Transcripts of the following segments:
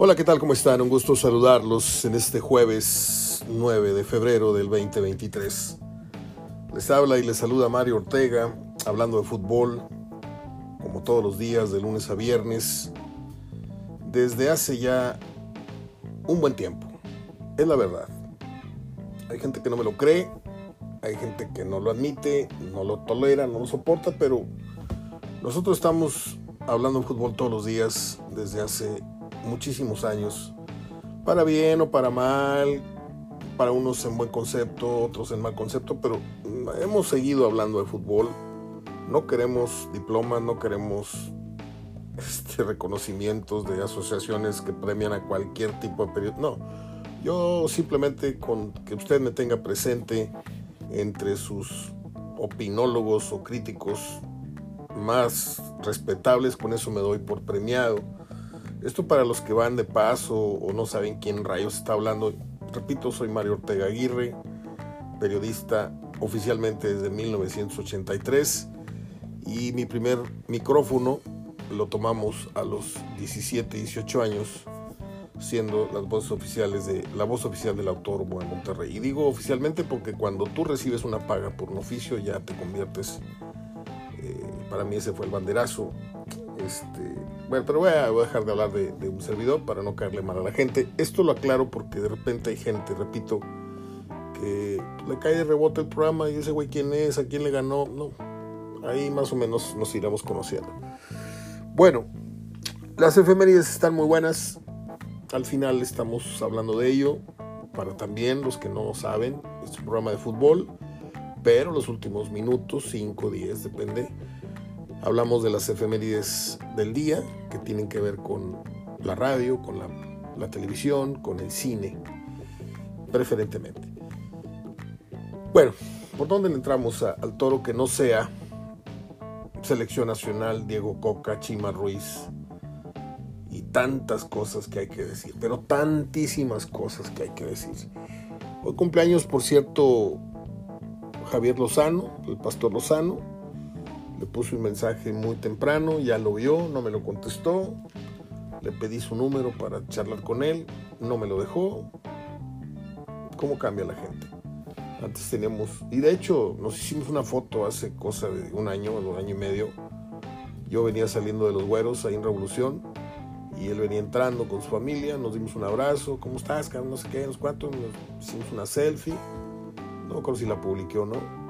Hola, ¿qué tal? ¿Cómo están? Un gusto saludarlos en este jueves 9 de febrero del 2023. Les habla y les saluda Mario Ortega, hablando de fútbol, como todos los días, de lunes a viernes, desde hace ya un buen tiempo. Es la verdad. Hay gente que no me lo cree, hay gente que no lo admite, no lo tolera, no lo soporta, pero nosotros estamos hablando de fútbol todos los días desde hace muchísimos años, para bien o para mal, para unos en buen concepto, otros en mal concepto, pero hemos seguido hablando de fútbol. No queremos diplomas, no queremos reconocimientos de asociaciones que premian a cualquier tipo de periodista. No, yo simplemente con que usted me tenga presente entre sus opinólogos o críticos más respetables, con eso me doy por premiado. Esto para los que van de paso o no saben quién rayos está hablando. Repito, soy Mario Ortega Aguirre, periodista oficialmente desde 1983, y mi primer micrófono lo tomamos a los 17, 18 años, siendo la voz oficial del Autódromo de Monterrey. Y digo oficialmente porque cuando tú recibes una paga por un oficio ya te conviertes, para mí ese fue el banderazo. Bueno, pero voy a dejar de hablar de un servidor para no caerle mal a la gente. Esto lo aclaro porque de repente hay gente, repito, que le cae de rebote el programa y ese güey quién es, a quién le ganó. No, ahí más o menos nos iremos conociendo. Bueno, las efemérides están muy buenas. Al final estamos hablando de ello. Para también los que no saben, es un programa de fútbol, pero los últimos minutos, 5, 10, depende, hablamos de las efemérides del día que tienen que ver con la radio, con la televisión, con el cine, preferentemente. Bueno, ¿por dónde le entramos al toro que no sea selección nacional, Diego Coca, Chima Ruiz y tantas cosas que hay que decir, pero tantísimas cosas que hay que decir? Hoy cumpleaños, por cierto, Javier Lozano, el pastor Lozano. Le puse un mensaje muy temprano, ya lo vio, no me lo contestó. Le pedí su número para charlar con él, no me lo dejó. ¿Cómo cambia la gente? Antes teníamos, y de hecho nos hicimos una foto hace cosa de un año y medio. Yo venía saliendo de Los Güeros ahí en Revolución y él venía entrando con su familia, nos dimos un abrazo. ¿Cómo estás, cabrón? No sé qué, nos cuánto, nos hicimos una selfie. No me acuerdo si la publiqué o no.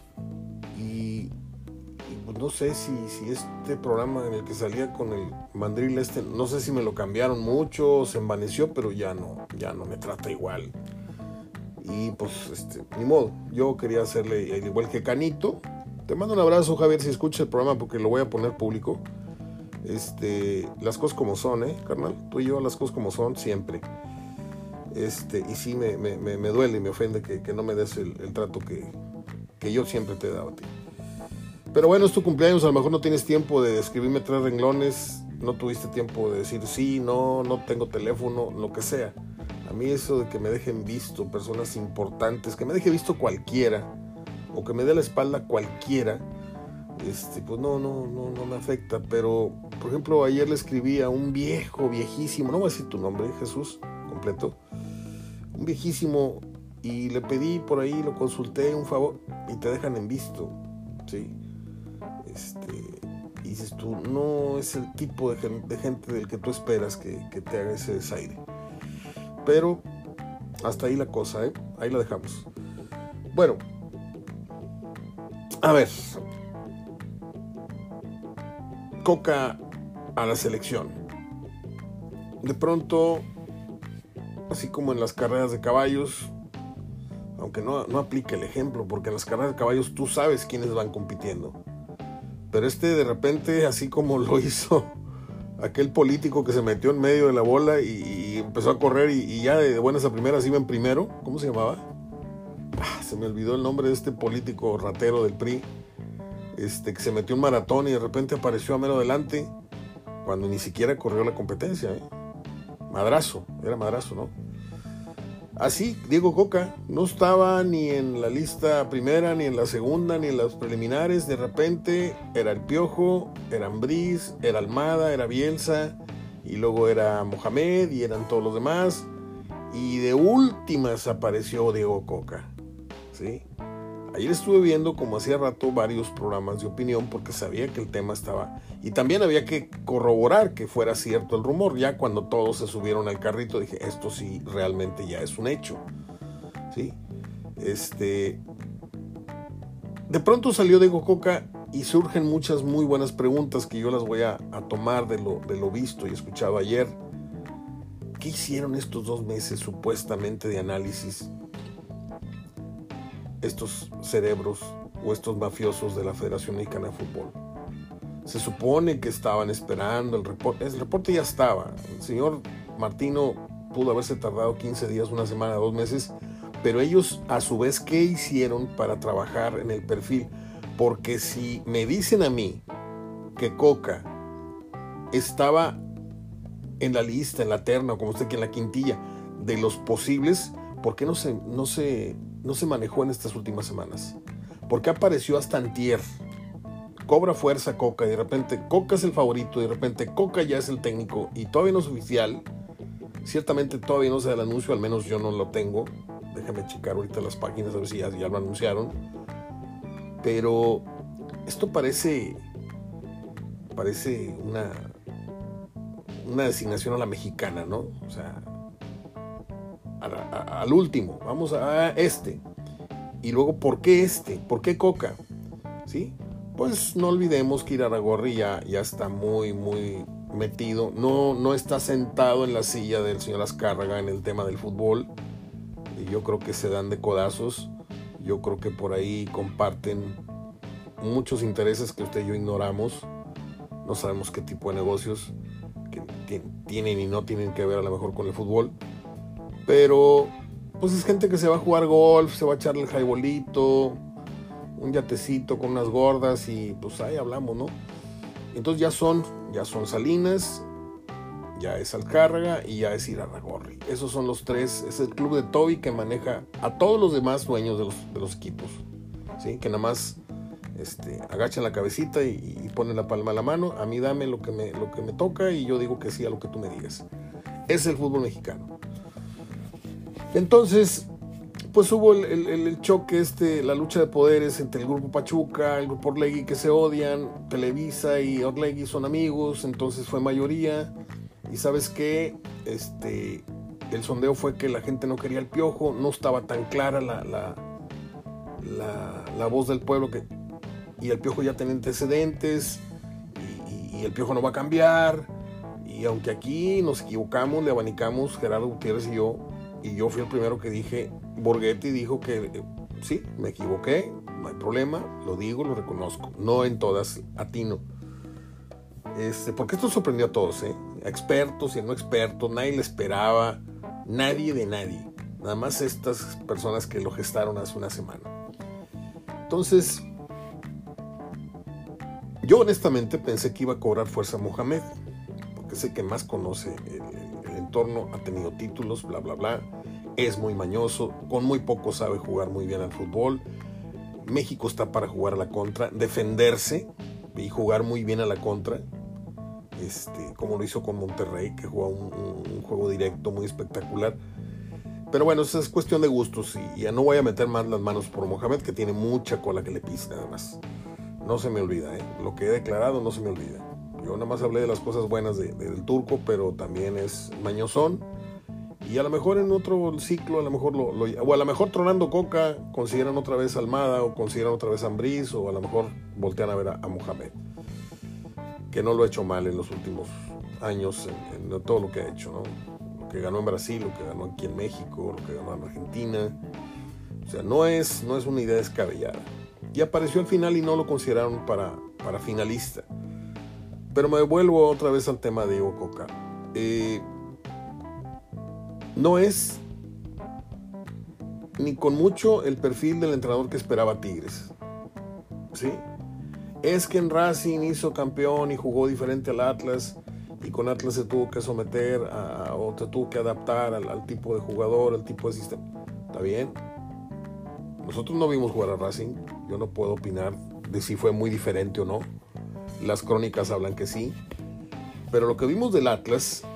No sé si este programa en el que salía con el mandril no sé si me lo cambiaron mucho, se envaneció, pero ya no me trata igual. Y pues, ni modo, yo quería hacerle igual que Canito. Te mando un abrazo, Javier, si escuchas el programa, porque lo voy a poner público. Las cosas como son, carnal, tú y yo, las cosas como son, siempre. Y sí me duele y me ofende que no me des el trato que yo siempre te he dado a ti. Pero bueno, es tu cumpleaños, a lo mejor no tienes tiempo de escribirme 3 renglones, no tuviste tiempo de decir sí, no tengo teléfono, lo que sea. A mí eso de que me dejen visto personas importantes, que me deje visto cualquiera, o que me dé la espalda cualquiera, pues no me afecta. Pero, por ejemplo, ayer le escribí a un viejísimo, no voy a decir tu nombre, Jesús, completo, un viejísimo, y le pedí por ahí, lo consulté, un favor, y te dejan en visto, ¿sí? Y dices tú, no es el tipo de gente del que tú esperas que te haga ese desaire. Pero hasta ahí la cosa, ahí la dejamos. Bueno, a ver, Coca a la selección. De pronto, así como en las carreras de caballos, aunque no aplica el ejemplo, porque en las carreras de caballos tú sabes quiénes van compitiendo. Pero de repente, así como lo hizo aquel político que se metió en medio de la bola y empezó a correr y ya de buenas a primeras iba en primero. ¿Cómo se llamaba? Se me olvidó el nombre de este político ratero del PRI, que se metió en maratón y de repente apareció a mero adelante cuando ni siquiera corrió la competencia. Madrazo, era madrazo, ¿no? Así, Diego Coca no estaba ni en la lista primera, ni en la segunda, ni en las preliminares. De repente era el Piojo, era Ambriz, era Almada, era Bielsa, y luego era Mohamed y eran todos los demás, y de últimas apareció Diego Coca, ¿sí? Ayer estuve viendo, como hacía rato, varios programas de opinión porque sabía que el tema estaba, y también había que corroborar que fuera cierto el rumor. Ya cuando todos se subieron al carrito dije, esto sí realmente ya es un hecho, ¿sí? De pronto salió Diego Coca y surgen muchas muy buenas preguntas que yo las voy a tomar de lo visto y escuchado ayer. ¿Qué hicieron estos 2 meses supuestamente de análisis estos cerebros o estos mafiosos de la Federación Mexicana de Fútbol? Se supone que estaban esperando el reporte. El reporte ya estaba. El señor Martino pudo haberse tardado 15 días, una semana, 2 meses, pero ellos a su vez, ¿qué hicieron para trabajar en el perfil? Porque si me dicen a mí que Coca estaba en la lista, en la terna, o como usted quiera, en la quintilla de los posibles, ¿por qué no se manejó en estas últimas semanas? ¿Por qué apareció hasta antier? Cobra fuerza Coca y de repente Coca es el favorito, y de repente Coca ya es el técnico y todavía no es oficial. Ciertamente todavía no se da el anuncio, al menos yo no lo tengo. Déjame checar ahorita las páginas a ver si ya lo anunciaron. Pero esto parece una designación a la mexicana, ¿no? O sea, al último, vamos a este. Y luego, ¿por qué este? ¿Por qué Coca? ¿Sí? Pues no olvidemos que Irarrágorri ya está muy, muy metido. No está sentado en la silla del señor Azcárraga en el tema del fútbol. Y yo creo que se dan de codazos. Yo creo que por ahí comparten muchos intereses que usted y yo ignoramos. No sabemos qué tipo de negocios que tienen y no tienen que ver a lo mejor con el fútbol. Pero pues es gente que se va a jugar golf, se va a echarle el jaibolito, un yatecito con unas gordas y pues ahí hablamos, ¿no? Entonces ya son Salinas, ya es Azcárraga y ya es Irarrágorri. Esos son los tres. Es el club de Toby que maneja a todos los demás dueños de los equipos, ¿sí? Que nada más agachan la cabecita y ponen la palma a la mano. A mí dame lo que me toca y yo digo que sí a lo que tú me digas. Es el fútbol mexicano. Entonces, pues hubo el choque, la lucha de poderes entre el grupo Pachuca, el grupo Orlegui, que se odian. Televisa y Orlegui son amigos, entonces fue mayoría. Y ¿sabes qué? El sondeo fue que la gente no quería el Piojo, no estaba tan clara la voz del pueblo, y el Piojo ya tenía antecedentes, y el Piojo no va a cambiar. Y aunque aquí nos equivocamos, le abanicamos Gerardo Gutiérrez y yo fui el primero que dije, Borghetti dijo que sí, me equivoqué, no hay problema, lo digo, lo reconozco, no en todas atino. Porque esto sorprendió a todos, a expertos y a no expertos, nadie le esperaba, nadie de nadie, nada más estas personas que lo gestaron hace una semana. Entonces, yo honestamente pensé que iba a cobrar fuerza Mohamed, porque sé que más conoce el entorno, ha tenido títulos, bla, bla, bla, es muy mañoso, con muy poco sabe jugar muy bien al fútbol. México está para jugar a la contra, defenderse y jugar muy bien a la contra, como lo hizo con Monterrey, que jugó un juego directo muy espectacular. Pero bueno, esa es cuestión de gustos y ya no voy a meter más las manos por Mohamed, que tiene mucha cola que le pisa, nada más. No se me olvida, lo que he declarado no se me olvida. Yo nada más hablé de las cosas buenas del turco, pero también es mañosón. Y a lo mejor en otro ciclo, a lo mejor o a lo mejor tronando Coca, consideran otra vez a Almada, o consideran otra vez a Ambriz, o a lo mejor voltean a ver a Mohamed, que no lo ha hecho mal en los últimos años en todo lo que ha hecho, ¿no? Lo que ganó en Brasil, lo que ganó aquí en México, lo que ganó en Argentina. O sea, no es una idea descabellada. Y apareció al final y no lo consideraron para finalista. Pero me devuelvo otra vez al tema de Diego Coca. No es ni con mucho el perfil del entrenador que esperaba Tigres, ¿sí? Es que en Racing hizo campeón y jugó diferente al Atlas, y con Atlas se tuvo que someter o se tuvo que adaptar al tipo de jugador, al tipo de sistema. ¿Está bien? Nosotros no vimos jugar a Racing, yo no puedo opinar de si fue muy diferente o no. Las crónicas hablan que sí, Pero lo que vimos del Atlas,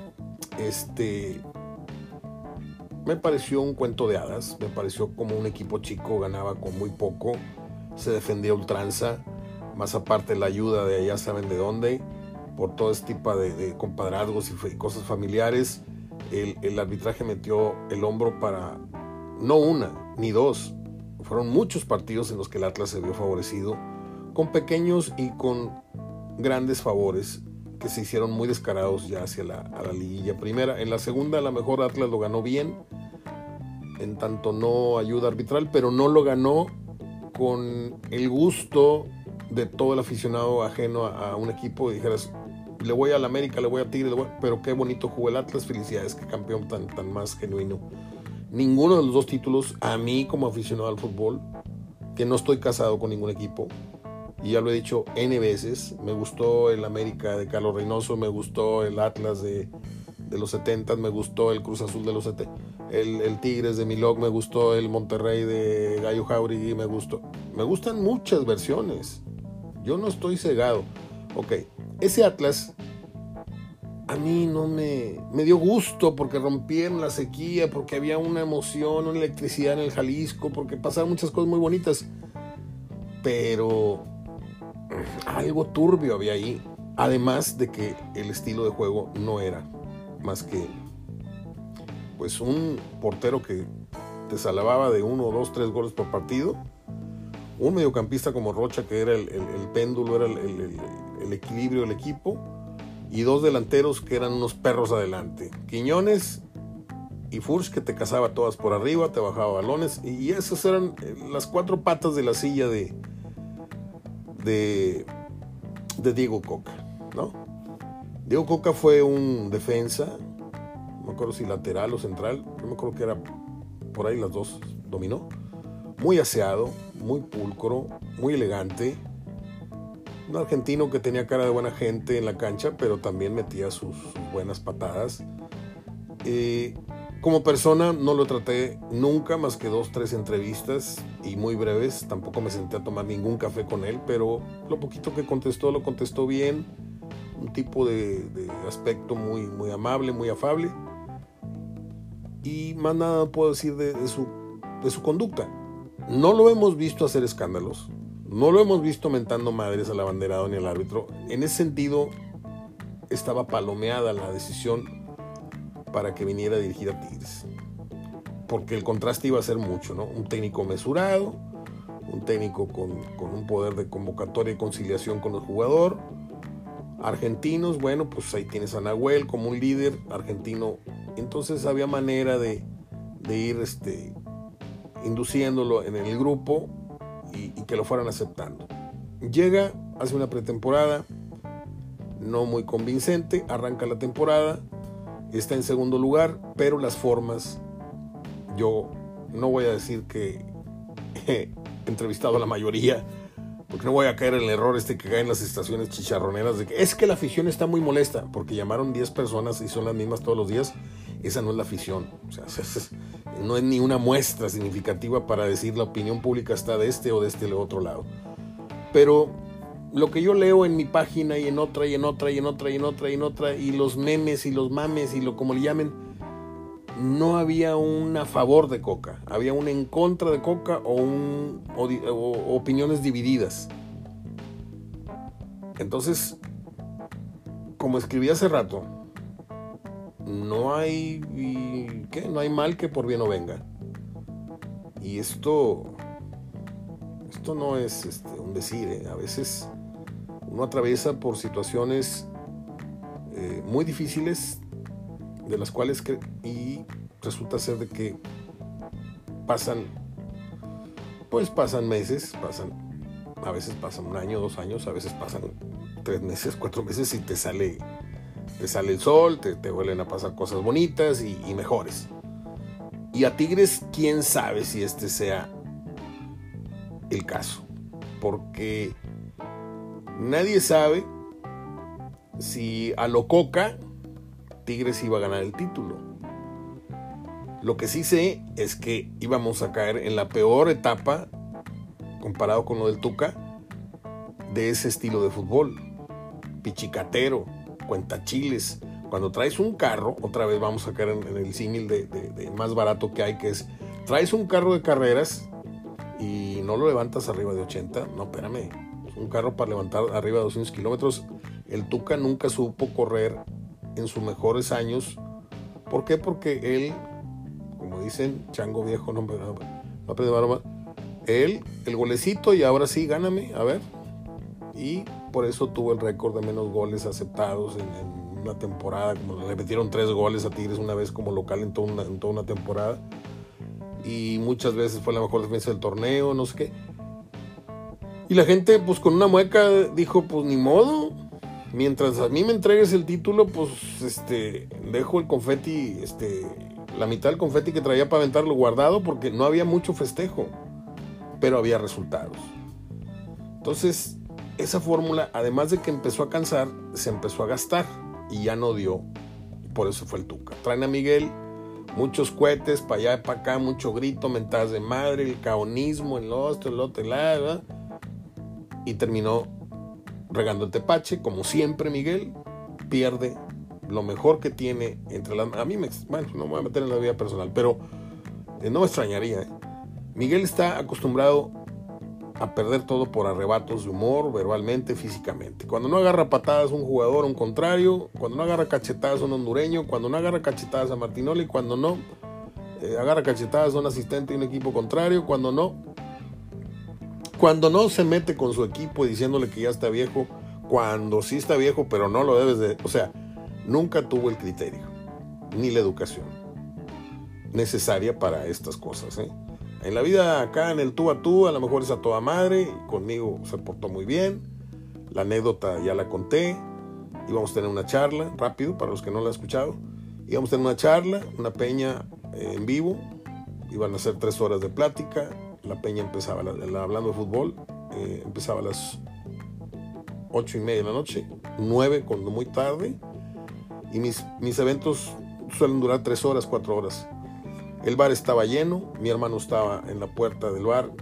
me pareció un cuento de hadas. Me pareció como un equipo chico, ganaba con muy poco, se defendía a ultranza, más aparte la ayuda de allá saben de dónde, por todo este tipo de compadrazgos y cosas familiares. El arbitraje metió el hombro para no una ni dos, fueron muchos partidos en los que el Atlas se vio favorecido, con pequeños y con grandes favores que se hicieron muy descarados ya hacia a la liguilla primera. En la segunda a lo mejor Atlas lo ganó bien, en tanto no ayuda arbitral, pero no lo ganó con el gusto de todo el aficionado ajeno a un equipo y dijeras, le voy al América, le voy a Tigres, pero qué bonito jugó el Atlas, felicidades, qué campeón tan más genuino. Ninguno de los dos títulos, a mí como aficionado al fútbol, que no estoy casado con ningún equipo, y ya lo he dicho N veces, me gustó el América de Carlos Reynoso, me gustó el Atlas de los 70, me gustó el Cruz Azul de los 70, el Tigres de Milok, me gustó el Monterrey de Gallo Jauregui, me gustan muchas versiones, yo no estoy cegado. Ok, ese Atlas a mí no me dio gusto porque rompieron la sequía, porque había una emoción, una electricidad en el Jalisco, porque pasaron muchas cosas muy bonitas, pero algo turbio había ahí, además de que el estilo de juego no era más que pues un portero que te salvaba de 1, 2, 3 goles por partido, un mediocampista como Rocha que era el péndulo, era el equilibrio del equipo, y dos delanteros que eran unos perros adelante, Quiñones y Furch, que te cazaba todas por arriba, te bajaba balones, y esas eran las 4 patas de la silla de Diego Cocca, ¿no? Diego Cocca fue un defensa, no me acuerdo si lateral o central, no me acuerdo que era por ahí, las dos dominó, muy aseado, muy pulcro, muy elegante, un argentino que tenía cara de buena gente en la cancha, pero también metía sus buenas patadas. Como persona no lo traté nunca, más que 2, 3 entrevistas y muy breves. Tampoco me senté a tomar ningún café con él, pero lo poquito que contestó, lo contestó bien. Un tipo de aspecto muy, muy amable, muy afable. Y más nada puedo decir de su conducta. No lo hemos visto hacer escándalos. No lo hemos visto mentando madres al abanderado ni al árbitro. En ese sentido, estaba palomeada la decisión para que viniera a dirigir a Tigres. Porque el contraste iba a ser mucho, ¿no? Un técnico mesurado, un técnico con un poder de convocatoria y conciliación con el jugador. Argentinos, bueno, pues ahí tienes a Nahuel como un líder argentino. Entonces había manera de ir induciéndolo en el grupo y que lo fueran aceptando. Llega, hace una pretemporada no muy convincente, arranca la temporada, está en segundo lugar, pero las formas, yo no voy a decir que he entrevistado a la mayoría, porque no voy a caer en el error que caen las estaciones chicharroneras de que es que la afición está muy molesta, porque llamaron 10 personas y son las mismas todos los días. Esa no es la afición, o sea, no es ni una muestra significativa para decir la opinión pública está de este o de este otro lado. Pero lo que yo leo en mi página y en otra y en otra y en otra y en otra y en otra, y los memes y los mames y como le llamen, no había un a favor de Cocca, había un en contra de Cocca o opiniones divididas. Entonces, como escribí hace rato, no hay mal que por bien no venga. Y esto no es un decir, A veces uno atraviesa por situaciones muy difíciles, de las cuales y resulta ser de que pasan meses, a veces pasan 1 año, 2 años, a veces pasan 3 meses, 4 meses y te sale el sol, te vuelven a pasar cosas bonitas y mejores. Y a Tigres, quién sabe si sea el caso, porque nadie sabe si a lo Cocca Tigres iba a ganar el título. Lo que sí sé es que íbamos a caer en la peor etapa, comparado con lo del Tuca, de ese estilo de fútbol, pichicatero, cuentachiles. Cuando traes un carro, otra vez vamos a caer en el símil de más barato que hay, que es, traes un carro de carreras y no lo levantas arriba de 80, no, espérame, un carro para levantar arriba de 200 kilómetros. El Tuca nunca supo correr en sus mejores años. ¿Por qué? Porque él, como dicen, chango viejo, no aprende más. Él, el golecito y ahora sí, gáname, a ver. Y por eso tuvo el récord de menos goles aceptados en una temporada. Como le metieron 3 goles a Tigres una vez como local en toda una temporada. Y muchas veces fue la mejor defensa del torneo, no sé qué. Y la gente, pues con una mueca, dijo, pues ni modo. Mientras a mí me entregues el título, pues dejo el confeti, la mitad del confeti que traía para aventarlo guardado, porque no había mucho festejo, pero había resultados. Entonces, esa fórmula, además de que empezó a cansar, se empezó a gastar y ya no dio. Por eso fue el Tuca. Traen a Miguel, muchos cohetes para allá y para acá, mucho grito, mentadas de madre, el caonismo, el otro, ¿verdad? Y terminó regando el tepache. Como siempre, Miguel pierde lo mejor que tiene entre las... A mí bueno, no me voy a meter en la vida personal, pero no me extrañaría. Miguel está acostumbrado a perder todo por arrebatos de humor, verbalmente, físicamente. Cuando no agarra patadas a un jugador, a un contrario, cuando no agarra cachetadas a un hondureño, cuando no agarra cachetadas a Martinoli, cuando no agarra cachetadas a un asistente de un equipo contrario, cuando no se mete con su equipo diciéndole que ya está viejo, cuando sí está viejo, pero no lo debes de... O sea, nunca tuvo el criterio, ni la educación necesaria para estas cosas, ¿eh? En la vida acá, en el tú a tú, a lo mejor es a toda madre, y conmigo se portó muy bien. La anécdota ya la conté. Íbamos a tener una charla, rápido, para los que no la han escuchado. Íbamos a tener una charla, una peña en vivo. Iban a ser 3 horas de plática. La peña empezaba, hablando de fútbol, empezaba a las 8:30 de la noche, 9 cuando muy tarde. Y mis eventos suelen durar 3 horas, 4 horas. El bar estaba lleno, mi hermano estaba en la puerta del bar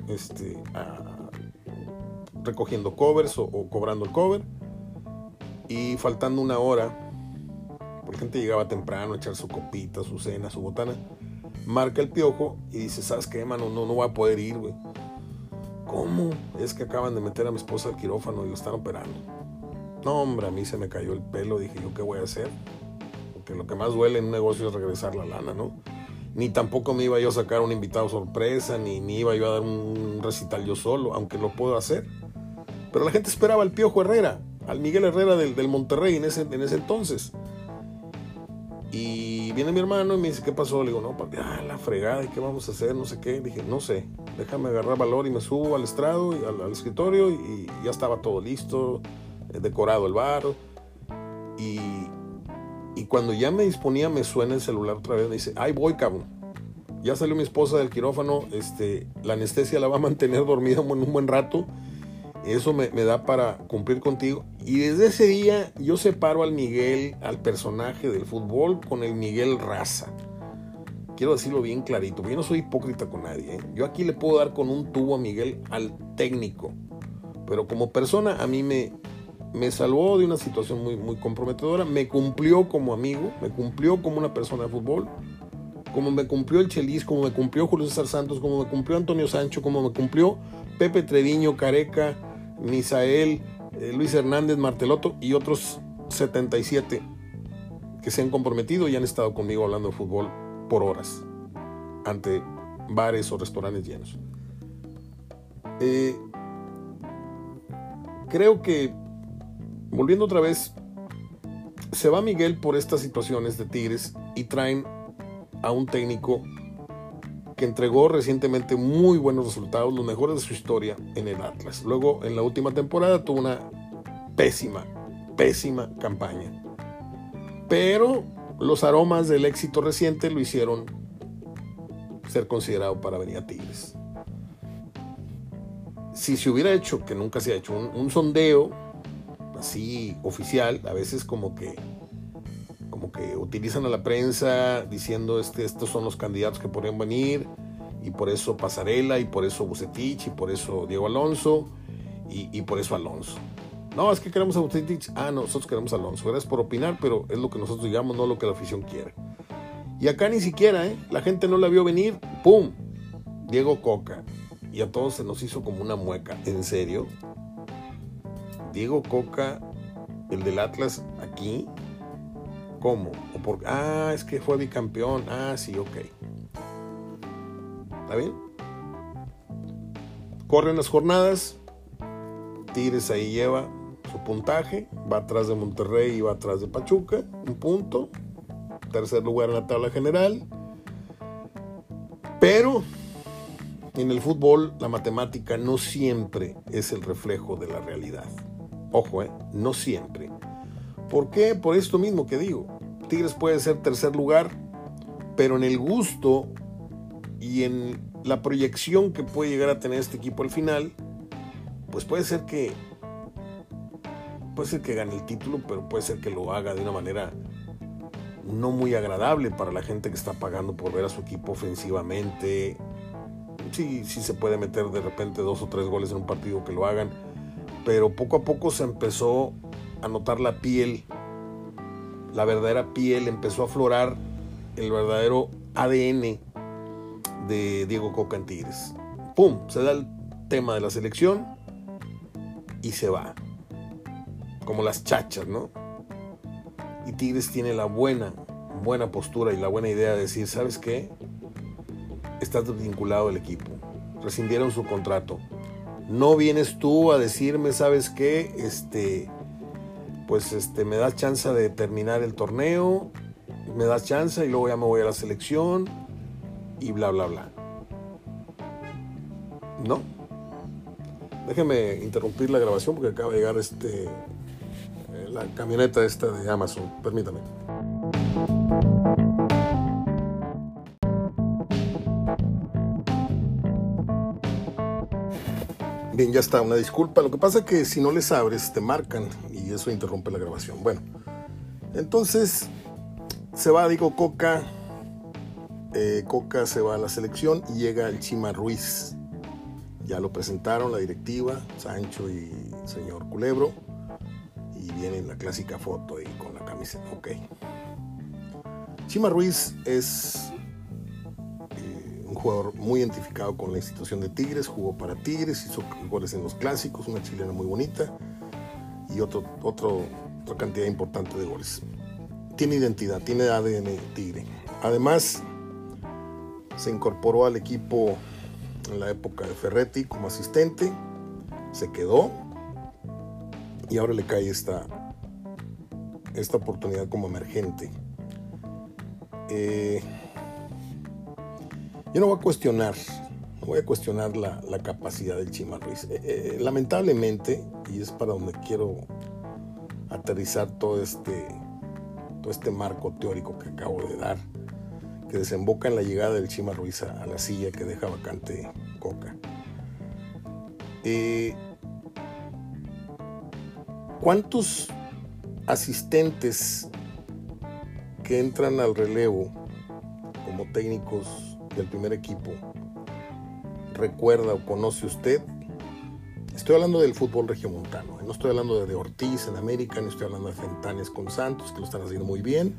recogiendo covers o cobrando el cover. Y faltando 1 hora, porque la gente llegaba temprano a echar su copita, su cena, su botana, marca el Piojo y dice, ¿sabes qué, mano? No voy a poder ir, güey. ¿Cómo? Es que acaban de meter a mi esposa al quirófano y lo están operando. No, hombre, a mí se me cayó el pelo. Dije, ¿yo qué voy a hacer? Porque lo que más duele en un negocio es regresar la lana, ¿no? Ni tampoco me iba yo a sacar un invitado sorpresa, ni iba yo a dar un recital yo solo, aunque lo puedo hacer. Pero la gente esperaba al Piojo Herrera, al Miguel Herrera del Monterrey en ese entonces. Y viene mi hermano y me dice, ¿qué pasó? Le digo, no, papi, la fregada, ¿y qué vamos a hacer? No sé qué. Dije, no sé, déjame agarrar valor, y me subo al estrado, y al escritorio, y ya estaba todo listo, decorado el bar. Y cuando ya me disponía, me suena el celular otra vez. Me dice, ahí voy, cabrón. Ya salió mi esposa del quirófano. La anestesia la va a mantener dormida en un buen rato. Eso me da para cumplir contigo. Y desde ese día yo separo al Miguel, al personaje del fútbol, con el Miguel raza. Quiero decirlo bien clarito, porque yo no soy hipócrita con nadie, ¿eh? Yo aquí le puedo dar con un tubo a Miguel, al técnico. Pero como persona a mí me salvó de una situación muy, muy comprometedora. Me cumplió como amigo, me cumplió como una persona de fútbol, como me cumplió el Chelis, como me cumplió Julio César Santos, como me cumplió Antonio Sancho, como me cumplió Pepe Treviño, Careca, Misael, Luis Hernández, Martelotto y otros 77 que se han comprometido y han estado conmigo hablando de fútbol por horas ante bares o restaurantes llenos. Creo que, volviendo otra vez, se va Miguel por estas situaciones de Tigres y traen a un técnico que entregó recientemente muy buenos resultados, los mejores de su historia en el Atlas. Luego, en la última temporada, tuvo una pésima campaña. Pero los aromas del éxito reciente lo hicieron ser considerado para venir a Tigres. Si se hubiera hecho, que nunca se ha hecho, un sondeo así oficial, a veces como que utilizan a la prensa diciendo estos son los candidatos que podrían venir, y por eso Pasarela, y por eso Vucetich, y por eso Diego Alonso, y por eso Alonso. No, es que queremos a Bucetich. Ah, no, nosotros queremos a Alonso. Gracias por opinar, pero es lo que nosotros digamos, no lo que la afición quiere. Y acá ni siquiera, la gente no la vio venir. ¡Pum! Diego Cocca. Y a todos se nos hizo como una mueca. ¿En serio? Diego Cocca, el del Atlas, aquí. ¿Cómo? Es que fue bicampeón. Ah, sí, ok. ¿Está bien? Corren las jornadas. Tigres ahí lleva su puntaje. Va atrás de Monterrey y va atrás de Pachuca. Un punto. Tercer lugar en la tabla general. Pero en el fútbol la matemática no siempre es el reflejo de la realidad. Ojo, no siempre. ¿Por qué? Por esto mismo que digo. Tigres puede ser tercer lugar, pero en el gusto y en la proyección que puede llegar a tener este equipo al final, pues puede ser que gane el título, pero puede ser que lo haga de una manera no muy agradable para la gente que está pagando por ver a su equipo ofensivamente. Sí se puede meter de repente 2 o 3 goles en un partido que lo hagan, pero poco a poco se empezó a notar la piel, la verdadera piel, empezó a aflorar el verdadero ADN de Diego Cocca en Tigres. ¡Pum! Se da el tema de la selección y se va. Como las chachas, ¿no? Y Tigres tiene la buena postura y la buena idea de decir, ¿sabes qué? Estás desvinculado del equipo. Rescindieron su contrato. No vienes tú a decirme, ¿sabes qué? Me das chance de terminar el torneo, me das chance y luego ya me voy a la selección y bla, bla, bla. ¿No? Déjeme interrumpir la grabación porque acaba de llegar la camioneta esta de Amazon. Permítame. Bien, ya está, una disculpa. Lo que pasa es que si no les abres, te marcan y eso interrumpe la grabación. Bueno, entonces se va Diego Cocca. Cocca se va a la selección y llega el Chima Ruiz. Ya lo presentaron la directiva, Sancho y señor Culebro. Y viene la clásica foto ahí con la camiseta. Ok. Chima Ruiz es un jugador muy identificado con la institución de Tigres, jugó para Tigres, hizo goles en los clásicos, una chilena muy bonita y otra cantidad importante de goles. Tiene identidad, tiene ADN Tigre. Además, se incorporó al equipo en la época de Ferretti como asistente, se quedó y ahora le cae esta oportunidad como emergente. Yo no voy a cuestionar la capacidad del Chima Ruiz. Lamentablemente, y es para donde quiero aterrizar todo este marco teórico que acabo de dar, que desemboca en la llegada del Chima Ruiz a la silla que deja vacante Cocca. ¿Cuántos asistentes que entran al relevo como técnicos del primer equipo recuerda o conoce usted? Estoy hablando del fútbol regiomontano, no estoy hablando de Ortiz en América, no estoy hablando de Fentanes con Santos, que lo están haciendo muy bien,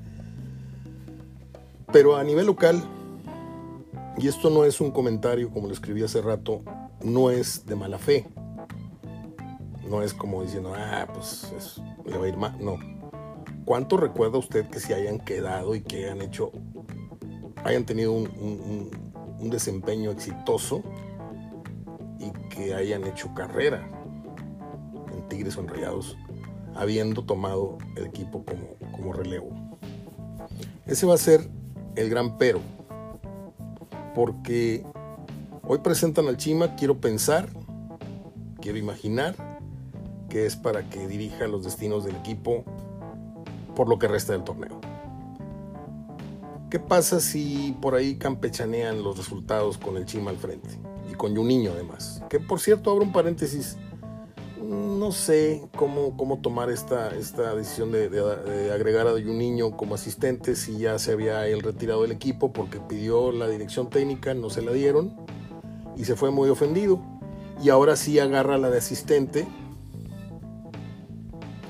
pero a nivel local, y esto no es un comentario como lo escribí hace rato, no es de mala fe, no es como diciendo, le va a ir mal, no. ¿Cuánto recuerda usted que se hayan quedado y que hayan tenido un desempeño exitoso y que hayan hecho carrera en Tigres o en Rayados, habiendo tomado el equipo como relevo? Ese va a ser el gran pero, porque hoy presentan al Chima, quiero imaginar que es para que dirija los destinos del equipo por lo que resta del torneo. ¿Qué pasa si por ahí campechanean los resultados con el Chima al frente? Y con Juninho además. Que por cierto, abro un paréntesis, no sé cómo tomar esta decisión de agregar a Juninho como asistente si ya se había él retirado del equipo porque pidió la dirección técnica, no se la dieron y se fue muy ofendido. Y ahora sí agarra la de asistente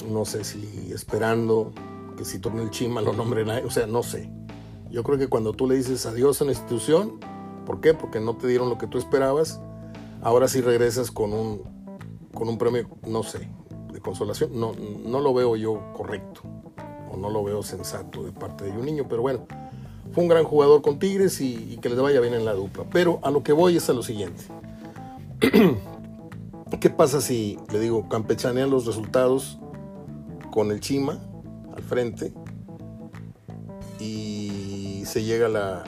no sé si esperando que si torne el Chima lo nombren a él, o sea, no sé. Yo creo que cuando tú le dices adiós a la institución, ¿por qué? Porque no te dieron lo que tú esperabas, ahora sí regresas con un premio, no sé, de consolación. No lo veo yo correcto, o no lo veo sensato de parte de Juninho, pero bueno, fue un gran jugador con Tigres y que les vaya bien en la dupla. Pero a lo que voy es a lo siguiente. ¿Qué pasa si, le digo, campechanean los resultados con el Chima al frente y se llega la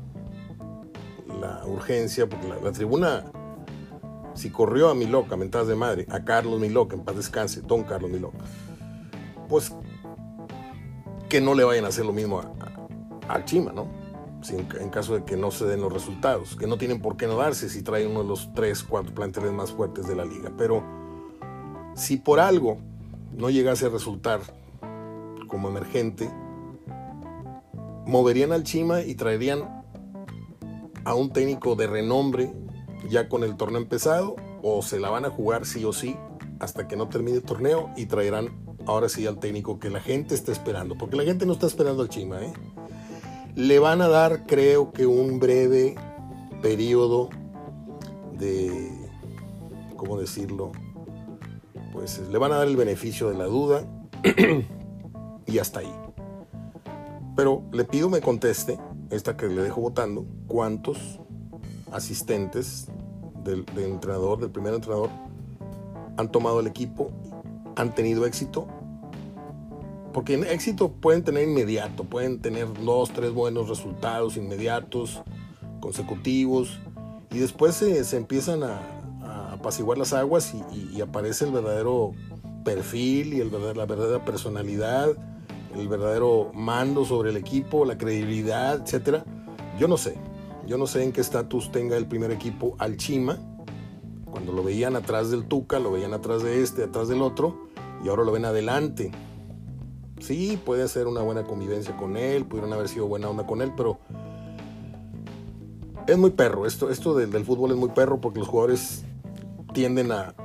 urgencia? Porque la tribuna, si corrió a Milok, a mentadas de madre, a Carlos Milok, en paz descanse, don Carlos Milok, pues que no le vayan a hacer lo mismo al Chima, ¿no? Si en caso de que no se den los resultados, que no tienen por qué no darse si trae uno de los 3-4 planteles más fuertes de la liga. Pero si por algo no llegase a resultar como emergente, moverían al Chima y traerían a un técnico de renombre ya con el torneo empezado, o se la van a jugar sí o sí hasta que no termine el torneo y traerán ahora sí al técnico que la gente está esperando, porque la gente no está esperando al Chima, ¿eh? Le van a dar, creo que, un breve periodo de, ¿cómo decirlo? Pues le van a dar el beneficio de la duda y hasta ahí. Pero le pido me conteste, esta que le dejo votando, cuántos asistentes del entrenador, del primer entrenador, han tomado el equipo, han tenido éxito. Porque en éxito pueden tener inmediato, pueden tener 2-3 buenos resultados inmediatos, consecutivos, y después se empiezan a apaciguar las aguas y aparece el verdadero perfil y la verdadera personalidad, el verdadero mando sobre el equipo, la credibilidad, etcétera. Yo no sé en qué estatus tenga el primer equipo al Chima, cuando lo veían atrás del Tuca, lo veían atrás de atrás del otro, y ahora lo ven adelante. Sí, puede ser una buena convivencia con él, pudieron haber sido buena onda con él, pero es muy perro. Esto del fútbol es muy perro porque los jugadores tienden a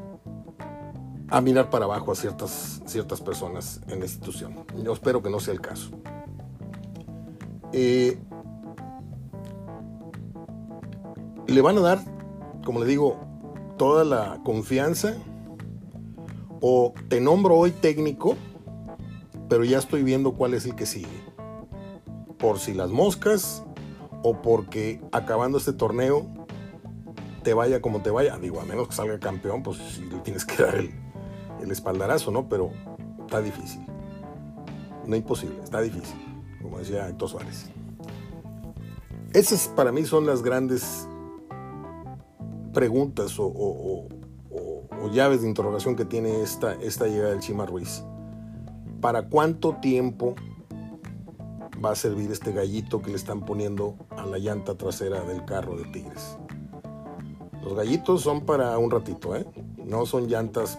mirar para abajo a ciertas personas en la institución. Yo espero que no sea el caso. Le van a dar, como le digo, toda la confianza, o te nombro hoy técnico, pero ya estoy viendo cuál es el que sigue, por si las moscas, o porque acabando este torneo te vaya como te vaya. Digo, a menos que salga campeón, pues sí le tienes que dar el espaldarazo, ¿no? Pero está difícil, no imposible, está difícil, como decía Héctor Suárez. Esas para mí son las grandes preguntas o llaves de interrogación que tiene esta llegada del Chima Ruiz. ¿Para cuánto tiempo va a servir este gallito que le están poniendo a la llanta trasera del carro de Tigres? Los gallitos son para un ratito, ¿eh? No son llantas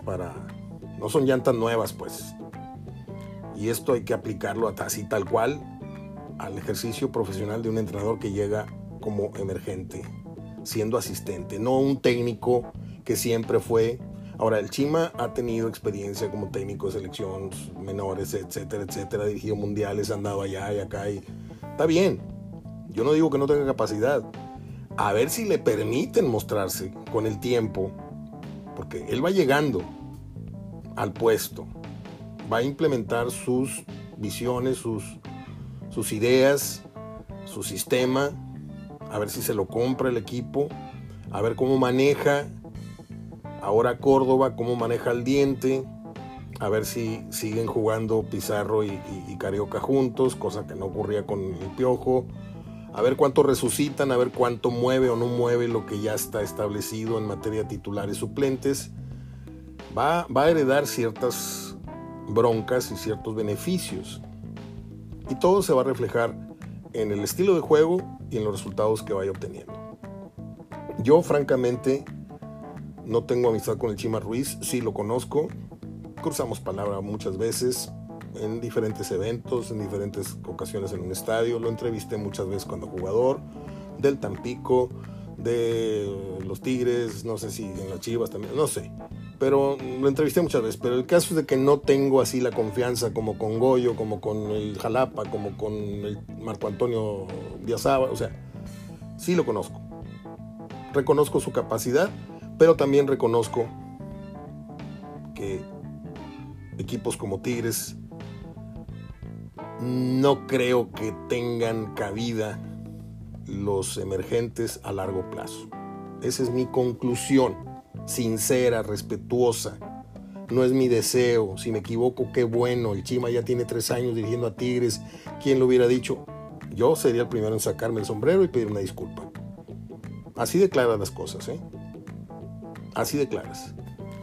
nuevas, pues. Y esto hay que aplicarlo así tal cual al ejercicio profesional de un entrenador que llega como emergente, siendo asistente, no un técnico que siempre fue. Ahora, el Chima ha tenido experiencia como técnico de selecciones menores, etcétera, etcétera, ha dirigido mundiales, ha andado allá y acá, y está bien. Yo no digo que no tenga capacidad. A ver si le permiten mostrarse con el tiempo, porque él va llegando al puesto, va a implementar sus visiones, sus ideas, su sistema, a ver si se lo compra el equipo, a ver cómo maneja ahora Córdoba, cómo maneja al Diente, a ver si siguen jugando Pizarro y Carioca juntos, cosa que no ocurría con el Piojo, a ver cuánto resucitan, a ver cuánto mueve o no mueve lo que ya está establecido en materia de titulares suplentes. Va a heredar ciertas broncas y ciertos beneficios, y todo se va a reflejar en el estilo de juego y en los resultados que vaya obteniendo. Yo francamente no tengo amistad con el Chima Ruiz, sí lo conozco, cruzamos palabra muchas veces en diferentes eventos, en diferentes ocasiones en un estadio, lo entrevisté muchas veces cuando jugador del Tampico, de los Tigres, no sé si en las Chivas también, no sé, pero lo entrevisté muchas veces, pero el caso es de que no tengo así la confianza como con Goyo, como con el Jalapa, como con el Marco Antonio Diazaba. O sea, sí lo conozco, reconozco su capacidad, pero también reconozco que equipos como Tigres no creo que tengan cabida los emergentes a largo plazo. Esa es mi conclusión, sincera, respetuosa. No es mi deseo. Si me equivoco, qué bueno. El Chima ya tiene 3 años dirigiendo a Tigres. ¿Quién lo hubiera dicho? Yo sería el primero en sacarme el sombrero y pedir una disculpa. Así de claras las cosas, ¿eh? Así de claras.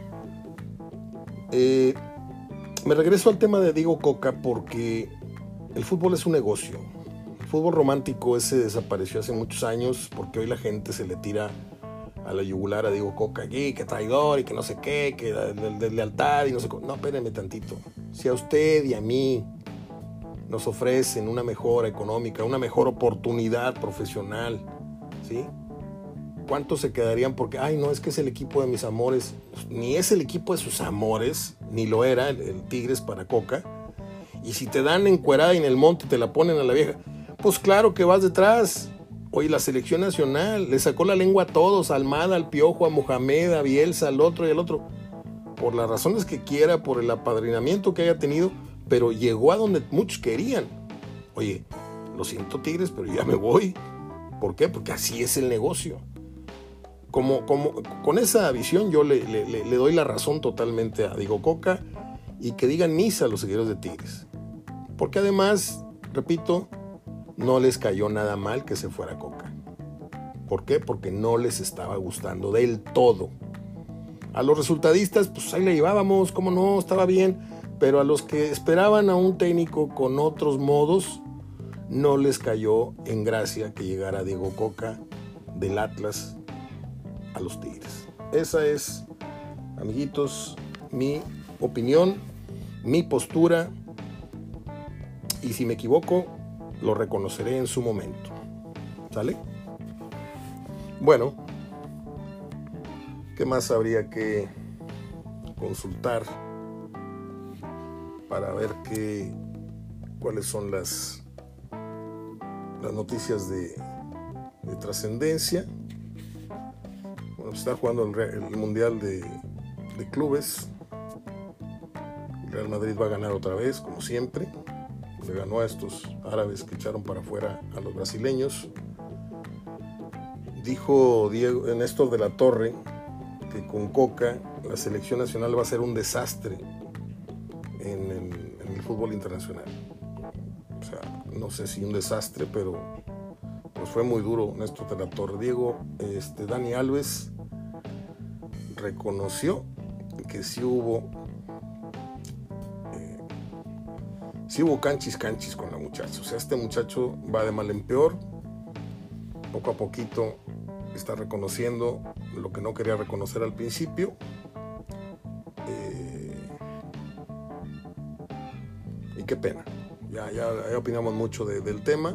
Me regreso al tema de Diego Cocca porque el fútbol es un negocio. El fútbol romántico ese desapareció hace muchos años porque hoy la gente se le tira a la yugular a Diego Cocca, que traidor y que no sé qué, que de lealtad y no sé cómo. No, espérenme tantito. Si a usted y a mí nos ofrecen una mejora económica, una mejor oportunidad profesional, ¿sí? ¿Cuántos se quedarían? Porque, ay, no, es que es el equipo de mis amores. Ni es el equipo de sus amores, ni lo era el Tigres para Cocca. Y si te dan encuerada y en el monte te la ponen a la vieja, pues claro que vas detrás. Oye, la selección nacional le sacó la lengua a todos, a Almada, al Piojo, a Mohamed, a Bielsa, al otro y al otro. Por las razones que quiera, por el apadrinamiento que haya tenido, pero llegó a donde muchos querían. Oye, lo siento Tigres, pero ya me voy. ¿Por qué? Porque así es el negocio. Con esa visión yo le doy la razón totalmente a Diego Cocca y que digan misa a los seguidores de Tigres. Porque además, repito, no les cayó nada mal que se fuera Cocca. ¿Por qué? Porque no les estaba gustando del todo. A los resultadistas, pues ahí le llevábamos, cómo no, estaba bien. Pero a los que esperaban a un técnico con otros modos, no les cayó en gracia que llegara Diego Cocca del Atlas a los Tigres. Esa es, amiguitos, mi opinión, mi postura, y si me equivoco, lo reconoceré en su momento. ¿Sale? Bueno, ¿qué más habría que consultar para ver cuáles son las noticias de trascendencia? Bueno, está jugando el Mundial de Clubes. El Real Madrid va a ganar otra vez, como siempre. Le ganó a estos árabes que echaron para afuera a los brasileños. Dijo Néstor de la Torre que con Cocca la selección nacional va a ser un desastre en el fútbol internacional. O sea, no sé si un desastre, pero pues fue muy duro Néstor de la Torre. Dani Alves reconoció que sí hubo canchis con la muchacha. O sea, este muchacho va de mal en peor. Poco a poquito está reconociendo lo que no quería reconocer al principio. Y qué pena. Ya opinamos mucho del tema.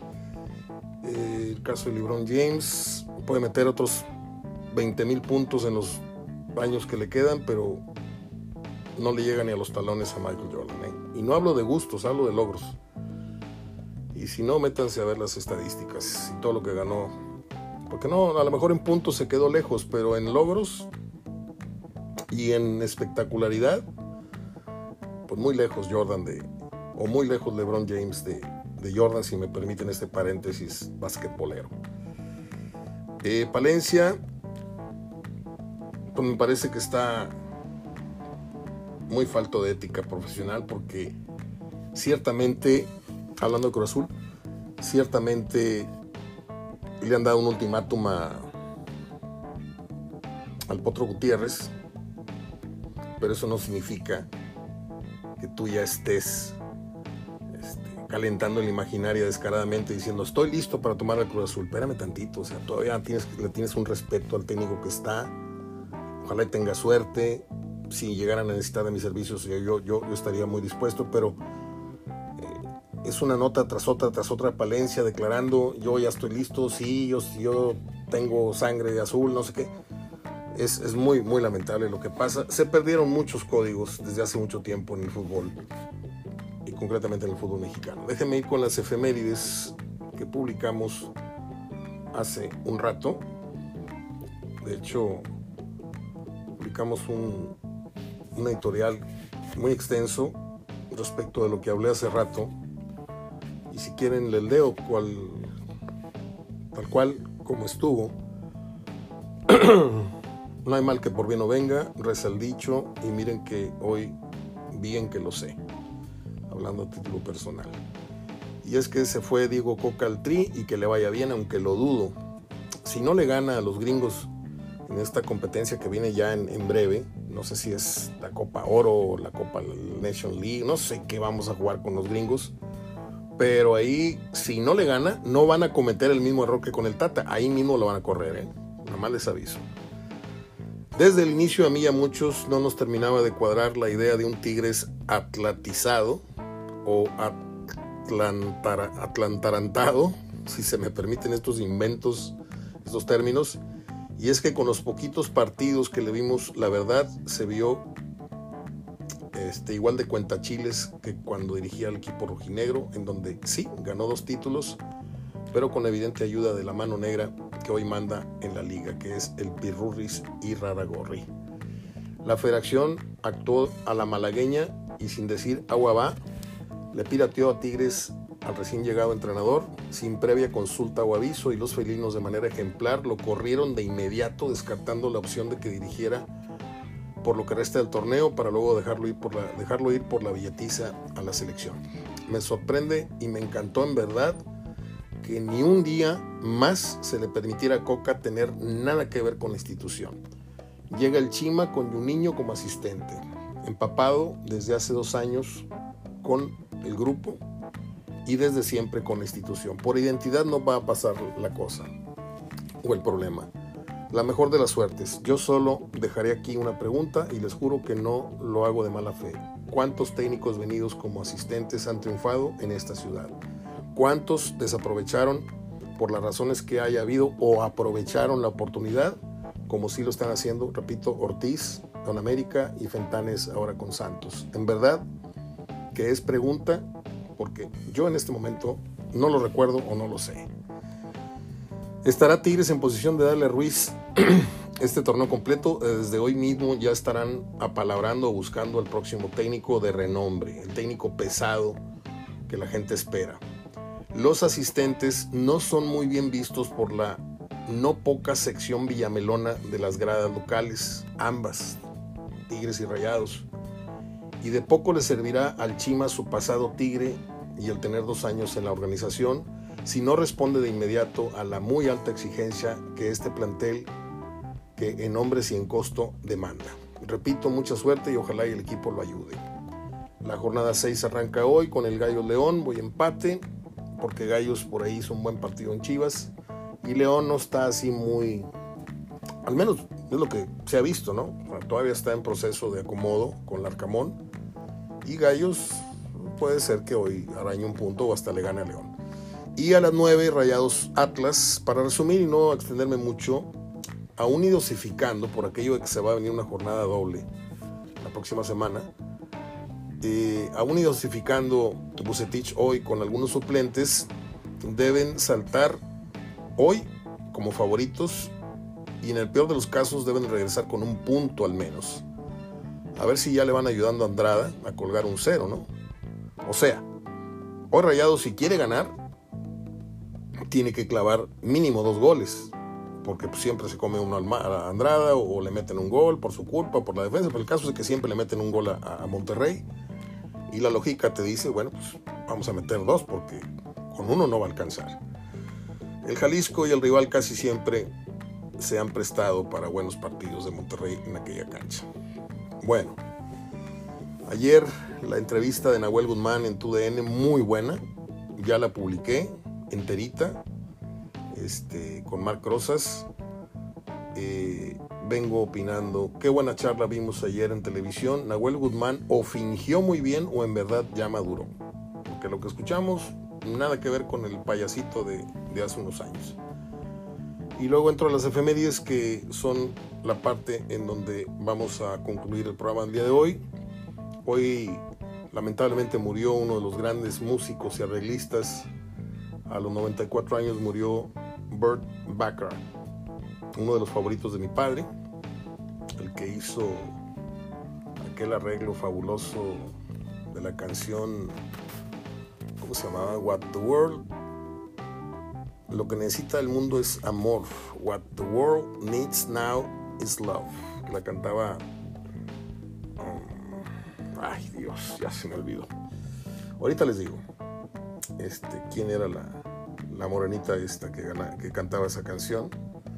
El caso de LeBron James puede meter otros 20,000 puntos en los años que le quedan, pero no le llega ni a los talones a Michael Jordan, ¿eh? Y no hablo de gustos, hablo de logros. Y si no, métanse a ver las estadísticas y todo lo que ganó. Porque no, a lo mejor en puntos se quedó lejos, pero en logros y en espectacularidad, pues muy lejos Jordan o muy lejos LeBron James de Jordan, si me permiten este paréntesis basquetbolero. Palencia, pues me parece que está muy falto de ética profesional, porque ciertamente, hablando de Cruz Azul, ciertamente le han dado un ultimátum al Potro Gutiérrez, pero eso no significa que tú ya estés calentando el imaginario descaradamente diciendo estoy listo para tomar el Cruz Azul. Espérame tantito, o sea, todavía le tienes un respeto al técnico que está. Ojalá y tenga suerte. Si llegaran a necesitar de mis servicios, yo estaría muy dispuesto, pero es una nota tras otra Palencia declarando yo ya estoy listo, sí, yo tengo sangre de azul, no sé qué. Es muy, muy lamentable lo que pasa. Se perdieron muchos códigos desde hace mucho tiempo en el fútbol, y concretamente en el fútbol mexicano. Déjenme ir con las efemérides que publicamos hace un rato. De hecho, publicamos un editorial muy extenso respecto de lo que hablé hace rato, y si quieren les leo tal cual como estuvo. No hay mal que por bien no venga, reza el dicho, y miren que hoy bien que lo sé, hablando a título personal. Y es que se fue Diego Coca al Tri, y que le vaya bien, aunque lo dudo. Si no le gana a los gringos en esta competencia que viene ya en breve, no sé si es la Copa Oro o la Copa Nation League, no sé qué vamos a jugar con los gringos, pero ahí, si no le gana, no van a cometer el mismo error que con el Tata, ahí mismo lo van a correr, nada más les aviso. Desde el inicio a mí y a muchos no nos terminaba de cuadrar la idea de un Tigres atlantizado o atlantarantado, si se me permiten estos inventos, estos términos, y es que con los poquitos partidos que le vimos, la verdad se vio igual de cuentachiles que cuando dirigía al equipo rojinegro, en donde sí, ganó 2 títulos, pero con evidente ayuda de la mano negra que hoy manda en la liga, que es el Pirurris Irarrágorri. La federación actuó a la malagueña y sin decir agua va, le pirateó a Tigres al recién llegado entrenador sin previa consulta o aviso, y los felinos de manera ejemplar lo corrieron de inmediato, descartando la opción de que dirigiera por lo que resta del torneo, para luego dejarlo ir por la billetiza a la selección. Me sorprende y me encantó en verdad que ni un día más se le permitiera a Coca tener nada que ver con la institución. Llega el Chima con Juninho como asistente, empapado desde hace 2 años con el grupo y desde siempre con la institución. Por identidad no va a pasar la cosa o el problema. La mejor de las suertes. Yo solo dejaré aquí una pregunta y les juro que no lo hago de mala fe. ¿Cuántos técnicos venidos como asistentes han triunfado en esta ciudad? ¿Cuántos desaprovecharon por las razones que haya habido o aprovecharon la oportunidad, como sí lo están haciendo, repito, Ortiz, Don América y Fentanes ahora con Santos? En verdad que es pregunta, porque yo en este momento no lo recuerdo o no lo sé. ¿Estará Tigres en posición de darle a Ruiz este torneo completo? Desde hoy mismo ya estarán apalabrando o buscando al próximo técnico de renombre, el técnico pesado que la gente espera. Los asistentes no son muy bien vistos por la no poca sección villamelona de las gradas locales, ambas, Tigres y Rayados. Y de poco le servirá al Chima su pasado tigre y el tener 2 años en la organización, si no responde de inmediato a la muy alta exigencia que este plantel, que en hombres y en costo, demanda. Repito, mucha suerte y ojalá y el equipo lo ayude. La jornada 6 arranca hoy con el Gallos León. Voy empate, porque Gallos por ahí hizo un buen partido en Chivas, y León no está así muy, al menos es lo que se ha visto, ¿no? Todavía está en proceso de acomodo con Larcamón, y Gallos puede ser que hoy arañe un punto o hasta le gane a León. Y a las 9, Rayados Atlas. Para resumir y no extenderme mucho, aún y dosificando por aquello de que se va a venir una jornada doble la próxima semana, aún y dosificando Vucetich hoy con algunos suplentes, deben saltar hoy como favoritos, y en el peor de los casos deben regresar con un punto al menos. A ver si ya le van ayudando a Andrada a colgar un 0, ¿no? O sea, hoy Rayados, si quiere ganar, tiene que clavar mínimo 2 goles, porque pues siempre se come uno a Andrada, o le meten un gol por su culpa, por la defensa, pero el caso es que siempre le meten un gol a Monterrey, y la lógica te dice, bueno, pues vamos a meter 2, porque con 1 no va a alcanzar. El Jalisco y el rival casi siempre se han prestado para buenos partidos de Monterrey en aquella cancha. Bueno, ayer la entrevista de Nahuel Guzmán en TUDN, muy buena, ya la publiqué enterita, con Marc Rosas. Vengo opinando, qué buena charla vimos ayer en televisión. Nahuel Guzmán o fingió muy bien o en verdad ya maduró, porque lo que escuchamos nada que ver con el payasito de hace unos años. Y luego entro a las efemérides, que son la parte en donde vamos a concluir el programa del día de hoy. Hoy lamentablemente murió uno de los grandes músicos y arreglistas. A los 94 años murió Burt Bacharach, uno de los favoritos de mi padre, el que hizo aquel arreglo fabuloso de la canción, ¿cómo se llamaba? What the World. Lo que necesita el mundo es amor. What the world needs now is love. La cantaba... ay, Dios, ya se me olvidó. Ahorita les digo quién era la morenita esta que cantaba esa canción.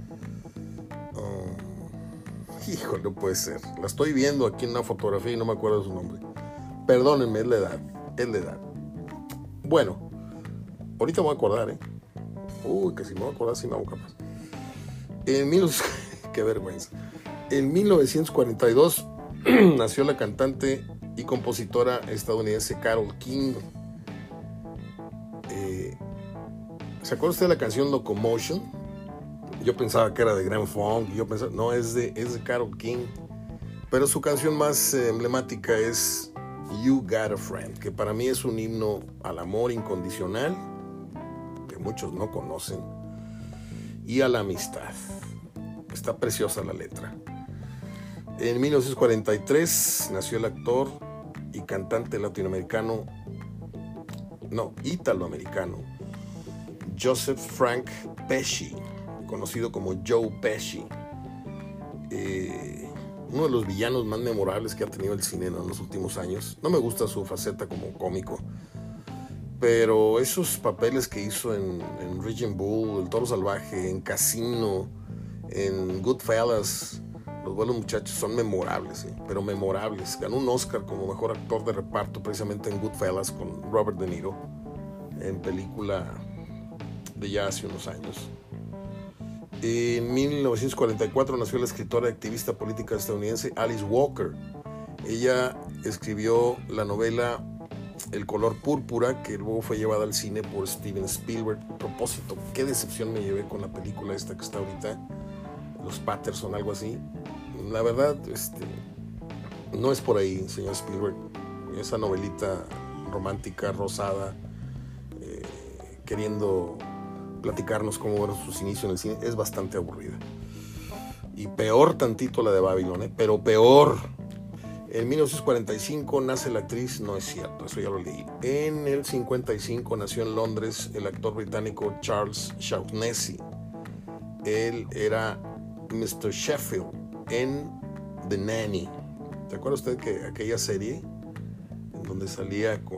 Híjole, no puede ser. La estoy viendo aquí en una fotografía y no me acuerdo de su nombre. Perdónenme, es la edad. Bueno, ahorita me voy a acordar, Uy, que si me voy a acordar, sí me hago capaz. Qué vergüenza. En 1942 nació la cantante y compositora estadounidense Carole King. ¿Se acuerda usted de la canción Locomotion? Yo pensaba que era de Grand Funk. No, es de Carole King. Pero su canción más emblemática es You Got a Friend, que para mí es un himno al amor incondicional, que muchos no conocen, y a la amistad. Está preciosa la letra. En 1943 nació el actor y cantante italoamericano Joseph Frank Pesci, conocido como Joe Pesci, uno de los villanos más memorables que ha tenido el cine en los últimos años. No me gusta su faceta como cómico, pero esos papeles que hizo en Raging Bull, El Toro Salvaje, en Casino, en Goodfellas, Los Buenos Muchachos, son memorables, pero memorables. Ganó un Oscar como mejor actor de reparto precisamente en Goodfellas con Robert De Niro, en película de ya hace unos años. En 1944 nació la escritora y activista política estadounidense Alice Walker. Ella escribió la novela El color púrpura, que luego fue llevada al cine por Steven Spielberg. A propósito, qué decepción me llevé con la película esta que está ahorita, Los Patterson, algo así. La verdad, no es por ahí, señor Spielberg. Esa novelita romántica, rosada, queriendo platicarnos cómo fueron sus inicios en el cine, es bastante aburrida. Y peor tantito la de Babylon, pero peor. En 1945 nace la actriz, no es cierto, eso ya lo leí. En el 55 nació en Londres el actor británico Charles Shaughnessy. Él era Mr. Sheffield en The Nanny. ¿Se acuerda usted que aquella serie en donde salía con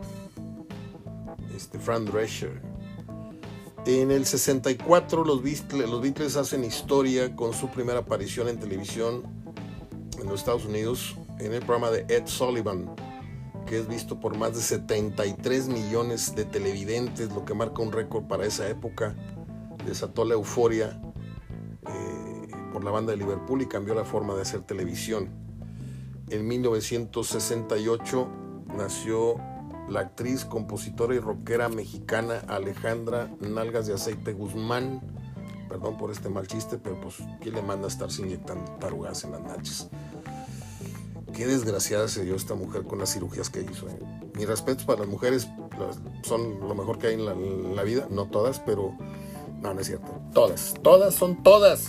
Fran Drescher? En el 64 los Beatles hacen historia con su primera aparición en televisión en los Estados Unidos, en el programa de Ed Sullivan, que es visto por más de 73 millones de televidentes, lo que marca un récord para esa época. Desató la euforia por la banda de Liverpool y cambió la forma de hacer televisión. En 1968 nació la actriz, compositora y rockera mexicana Alejandra Nalgas de Aceite Guzmán. Perdón por este mal chiste, pero pues ¿quién le manda a estarse inyectando tarugas en las nachas? Qué desgraciada se dio esta mujer con las cirugías que hizo. Mis respetos para las mujeres, son lo mejor que hay en la vida. No todas, pero no es cierto. Todas son todas.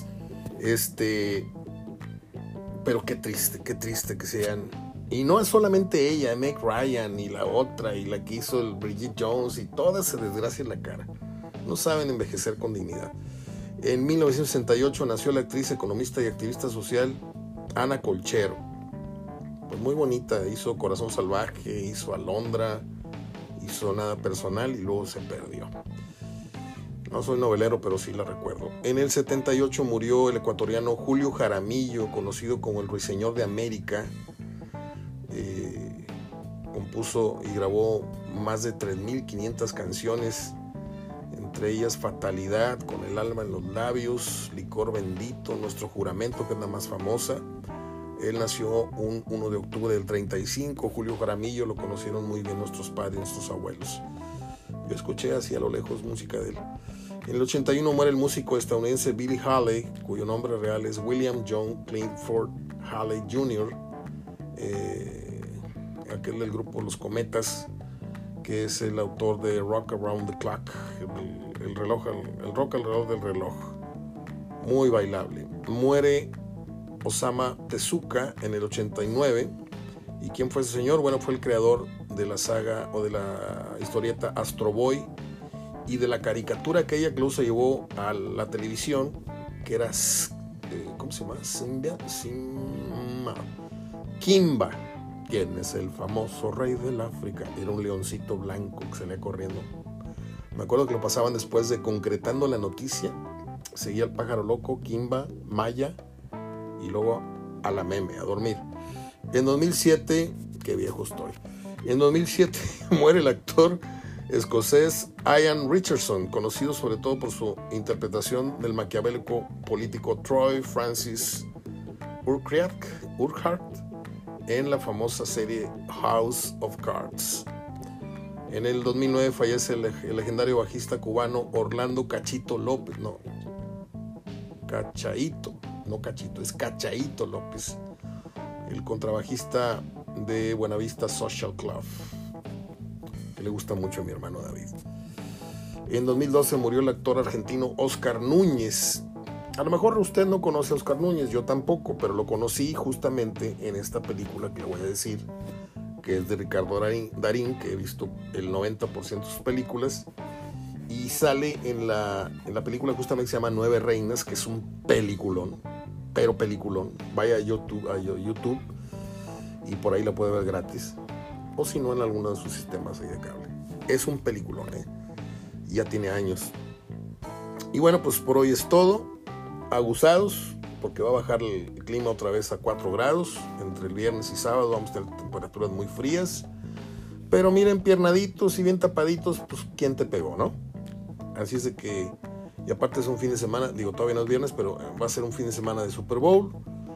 Pero qué triste que sean. Y no es solamente ella, Meg Ryan y la otra, y la que hizo el Bridget Jones, y todas se desgracian la cara. No saben envejecer con dignidad. En 1968 nació la actriz, economista y activista social Ana Colchero. Pues muy bonita, hizo Corazón Salvaje, hizo Alondra, hizo Nada Personal y luego se perdió. No soy novelero, pero sí la recuerdo. En el 78 murió el ecuatoriano Julio Jaramillo, conocido como el Ruiseñor de América. Compuso y grabó más de 3.500 canciones, entre ellas Fatalidad, Con el alma en los labios, Licor bendito, Nuestro juramento, que es la más famosa. Él nació un 1 de octubre del 35. Julio Jaramillo lo conocieron muy bien nuestros padres, nuestros abuelos. Yo escuché así a lo lejos música de él. En el 81 muere el músico estadounidense Billy Haley, cuyo nombre real es William John Clifford Haley Jr., aquel del grupo Los Cometas, que es el autor de Rock Around the Clock, el rock alrededor del reloj, muy bailable. Muere Osamu Tezuka en el 89. ¿Y quién fue ese señor? Bueno, fue el creador de la saga o de la historieta Astro Boy y de la caricatura aquella que luego se llevó a la televisión, que era, ¿cómo se llama? Kimba, quien es el famoso rey del África. Era un leoncito blanco que salía corriendo. Me acuerdo que lo pasaban después de Concretando la Noticia. Seguía el pájaro loco, Kimba, Maya y luego a la meme, a dormir. En 2007, qué viejo estoy. En 2007 muere el actor escocés Ian Richardson, conocido sobre todo por su interpretación del maquiavélico político Troy Francis Urquhart en la famosa serie House of Cards. En el 2009 fallece el legendario bajista cubano Orlando Cachito López. No, Cachito, es Cachaito López, el contrabajista de Buenavista Social Club, que le gusta mucho a mi hermano David. En 2012 murió el actor argentino Oscar Núñez. A lo mejor usted no conoce a Oscar Núñez, yo tampoco, pero lo conocí justamente en esta película que le voy a decir, que es de Ricardo Darín, que he visto el 90% de sus películas, y sale en la película justamente que se llama Nueve Reinas, que es un peliculón, pero peliculón. Vaya a YouTube y por ahí la puede ver gratis, o si no en alguno de sus sistemas ahí de cable. Es un peliculón, ya tiene años. Y bueno, pues por hoy es todo. Abusados, porque va a bajar el clima otra vez a 4 grados. Entre el viernes y sábado vamos a tener temperaturas muy frías, pero miren, piernaditos y bien tapaditos, pues ¿quién te pegó, no? Así es de que, y aparte es un fin de semana, digo, todavía no es viernes, pero va a ser un fin de semana de Super Bowl.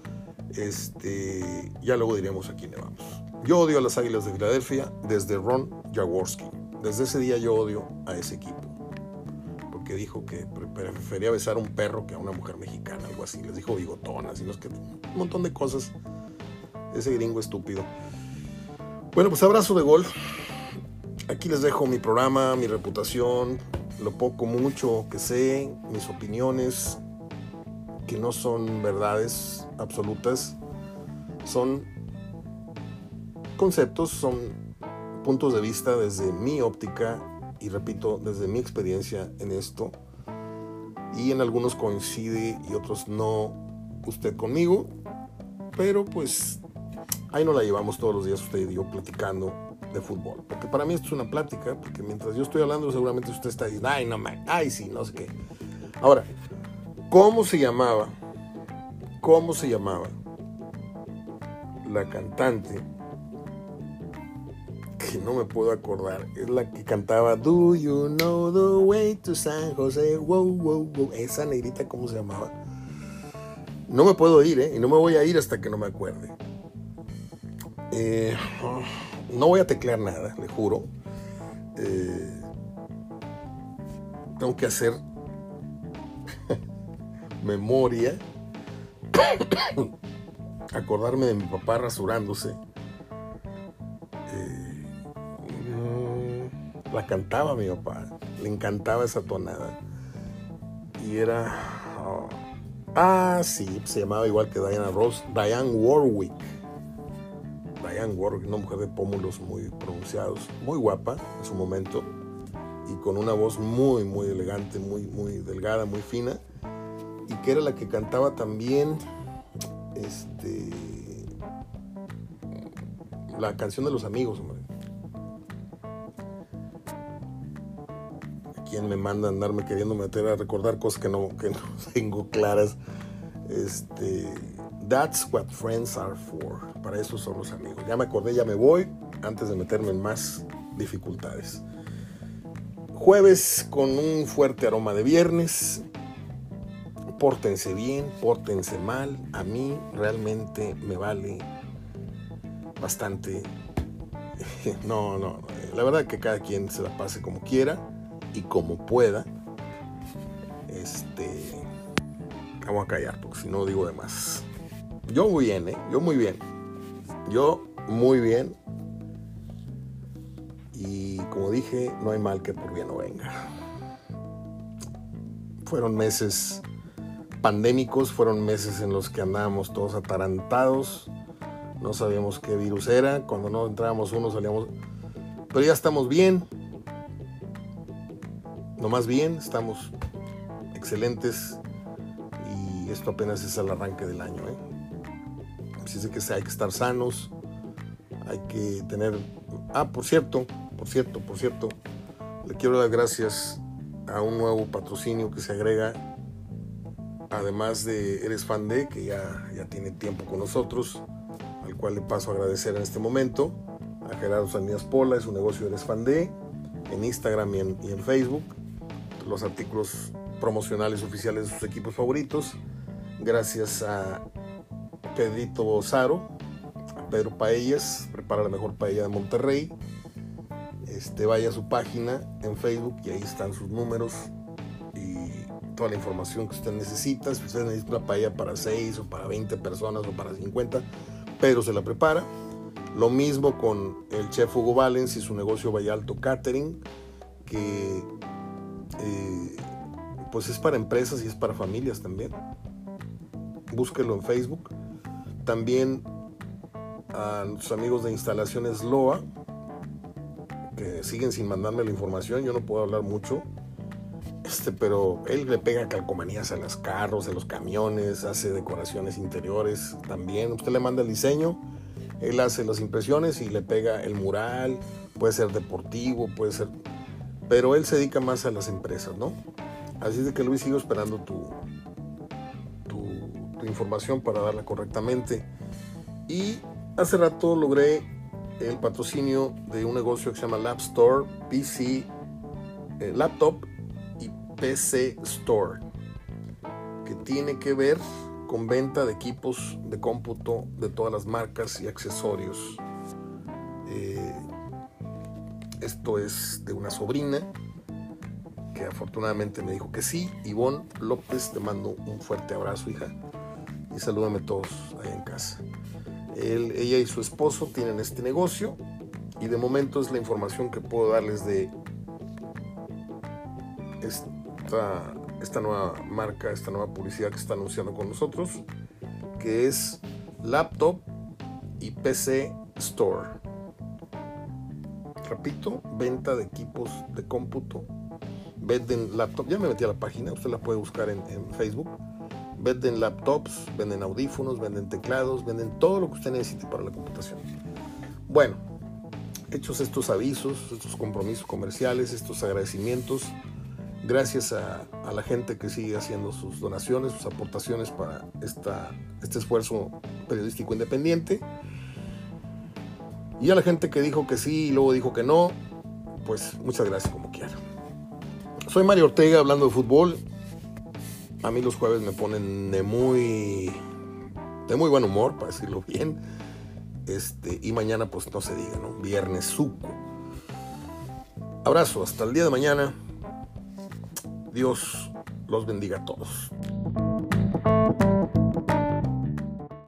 Ya luego diremos a quién le vamos. Yo odio a las Águilas de Filadelfia desde Ron Jaworski. Desde ese día yo odio a ese equipo, porque dijo que prefería besar a un perro que a una mujer mexicana, algo así. Les dijo bigotonas y no es que un montón de cosas. Ese gringo estúpido. Bueno, pues abrazo de gol. Aquí les dejo mi programa, mi reputación, lo poco, mucho que sé, mis opiniones, que no son verdades absolutas, son conceptos, son puntos de vista desde mi óptica y, repito, desde mi experiencia en esto. Y en algunos coincide y otros no usted conmigo, pero pues ahí nos la llevamos todos los días usted y yo platicando de fútbol, porque para mí esto es una plática, porque mientras yo estoy hablando seguramente usted está diciendo, ay no man, ay sí, no sé qué. Ahora, ¿cómo se llamaba la cantante? Que no me puedo acordar, es la que cantaba Do You Know the Way to San Jose, wow, wow, wow. Esa negrita, ¿cómo se llamaba? No me puedo ir, y no me voy a ir hasta que no me acuerde. No voy a teclear nada, le juro. Tengo que hacer memoria, acordarme de mi papá rasurándose. La cantaba mi papá, le encantaba esa tonada. Y era... sí, se llamaba igual que Diana Ross, Dionne Warwick, una mujer de pómulos muy pronunciados, muy guapa en su momento, y con una voz muy, muy elegante, muy, muy delgada, muy fina, y que era la que cantaba también la canción de los amigos, hombre. ¿Quién me manda a andarme queriendo meter a recordar cosas que no tengo claras? That's what friends are for. Para eso son los amigos. Ya me acordé, ya me voy, antes de meterme en más dificultades. Jueves con un fuerte aroma de viernes. Pórtense bien, pórtense mal. A mí realmente me vale bastante. No. La verdad que cada quien se la pase como quiera y como pueda. Vamos a callar porque si no digo de más. Yo muy bien, yo muy bien. Yo muy bien. Y como dije, no hay mal que por bien no venga. Fueron meses pandémicos, fueron meses en los que andábamos todos atarantados, no sabíamos qué virus era, cuando no entrábamos uno salíamos, pero ya estamos bien, nomás bien, estamos excelentes y esto apenas es el arranque del año, Así es que hay que estar sanos, hay que tener, por cierto, le quiero dar gracias a un nuevo patrocinio que se agrega, además de Eres Fan de, que ya tiene tiempo con nosotros, al cual le paso a agradecer en este momento, a Gerardo Salinas Pola, es un negocio Eres Fan de, en Instagram y en Facebook, los artículos promocionales oficiales de sus equipos favoritos, gracias a Pedrito Zaro, a Pedro Paellas, prepara la mejor paella de Monterrey. Vaya a su página en Facebook y ahí están sus números y toda la información que usted necesita. Si usted necesita una paella para 6 o para 20 personas o para 50, Pedro se la prepara. Lo mismo con el chef Hugo Valens y su negocio Vallalto Catering, que pues es para empresas y es para familias también. Búsquelo en Facebook. También a los amigos de Instalaciones Loa, que siguen sin mandarme la información. Yo no puedo hablar mucho, pero él le pega calcomanías a los carros, a los camiones, hace decoraciones interiores también. Usted le manda el diseño, él hace las impresiones y le pega el mural, puede ser deportivo, puede ser, pero él se dedica más a las empresas, ¿no? Así es de que Luis, sigo esperando tu información para darla correctamente. Y hace rato logré el patrocinio de un negocio que se llama Lap Store, PC, Laptop y PC Store, que tiene que ver con venta de equipos de cómputo de todas las marcas y accesorios. Esto es de una sobrina que afortunadamente me dijo que sí. Ivonne López, te mando un fuerte abrazo, hija, y salúdame todos ahí en casa. Ella y su esposo tienen este negocio y de momento es la información que puedo darles de esta nueva marca, esta nueva publicidad que está anunciando con nosotros, que es Laptop y PC Store. Repito, venta de equipos de cómputo, venden laptop, ya me metí a la página, usted la puede buscar en Facebook. Venden laptops, venden audífonos, venden teclados, venden todo lo que usted necesite para la computación. Bueno, hechos estos avisos, estos compromisos comerciales, estos agradecimientos, gracias a la gente que sigue haciendo sus donaciones, sus aportaciones para este esfuerzo periodístico independiente, y a la gente que dijo que sí y luego dijo que no, pues muchas gracias como quiera. Soy Mario Ortega, hablando de fútbol. A mí los jueves me ponen de muy buen humor, para decirlo bien. Y mañana pues no se diga, ¿no? Viernes suco. Abrazo, hasta el día de mañana. Dios los bendiga a todos.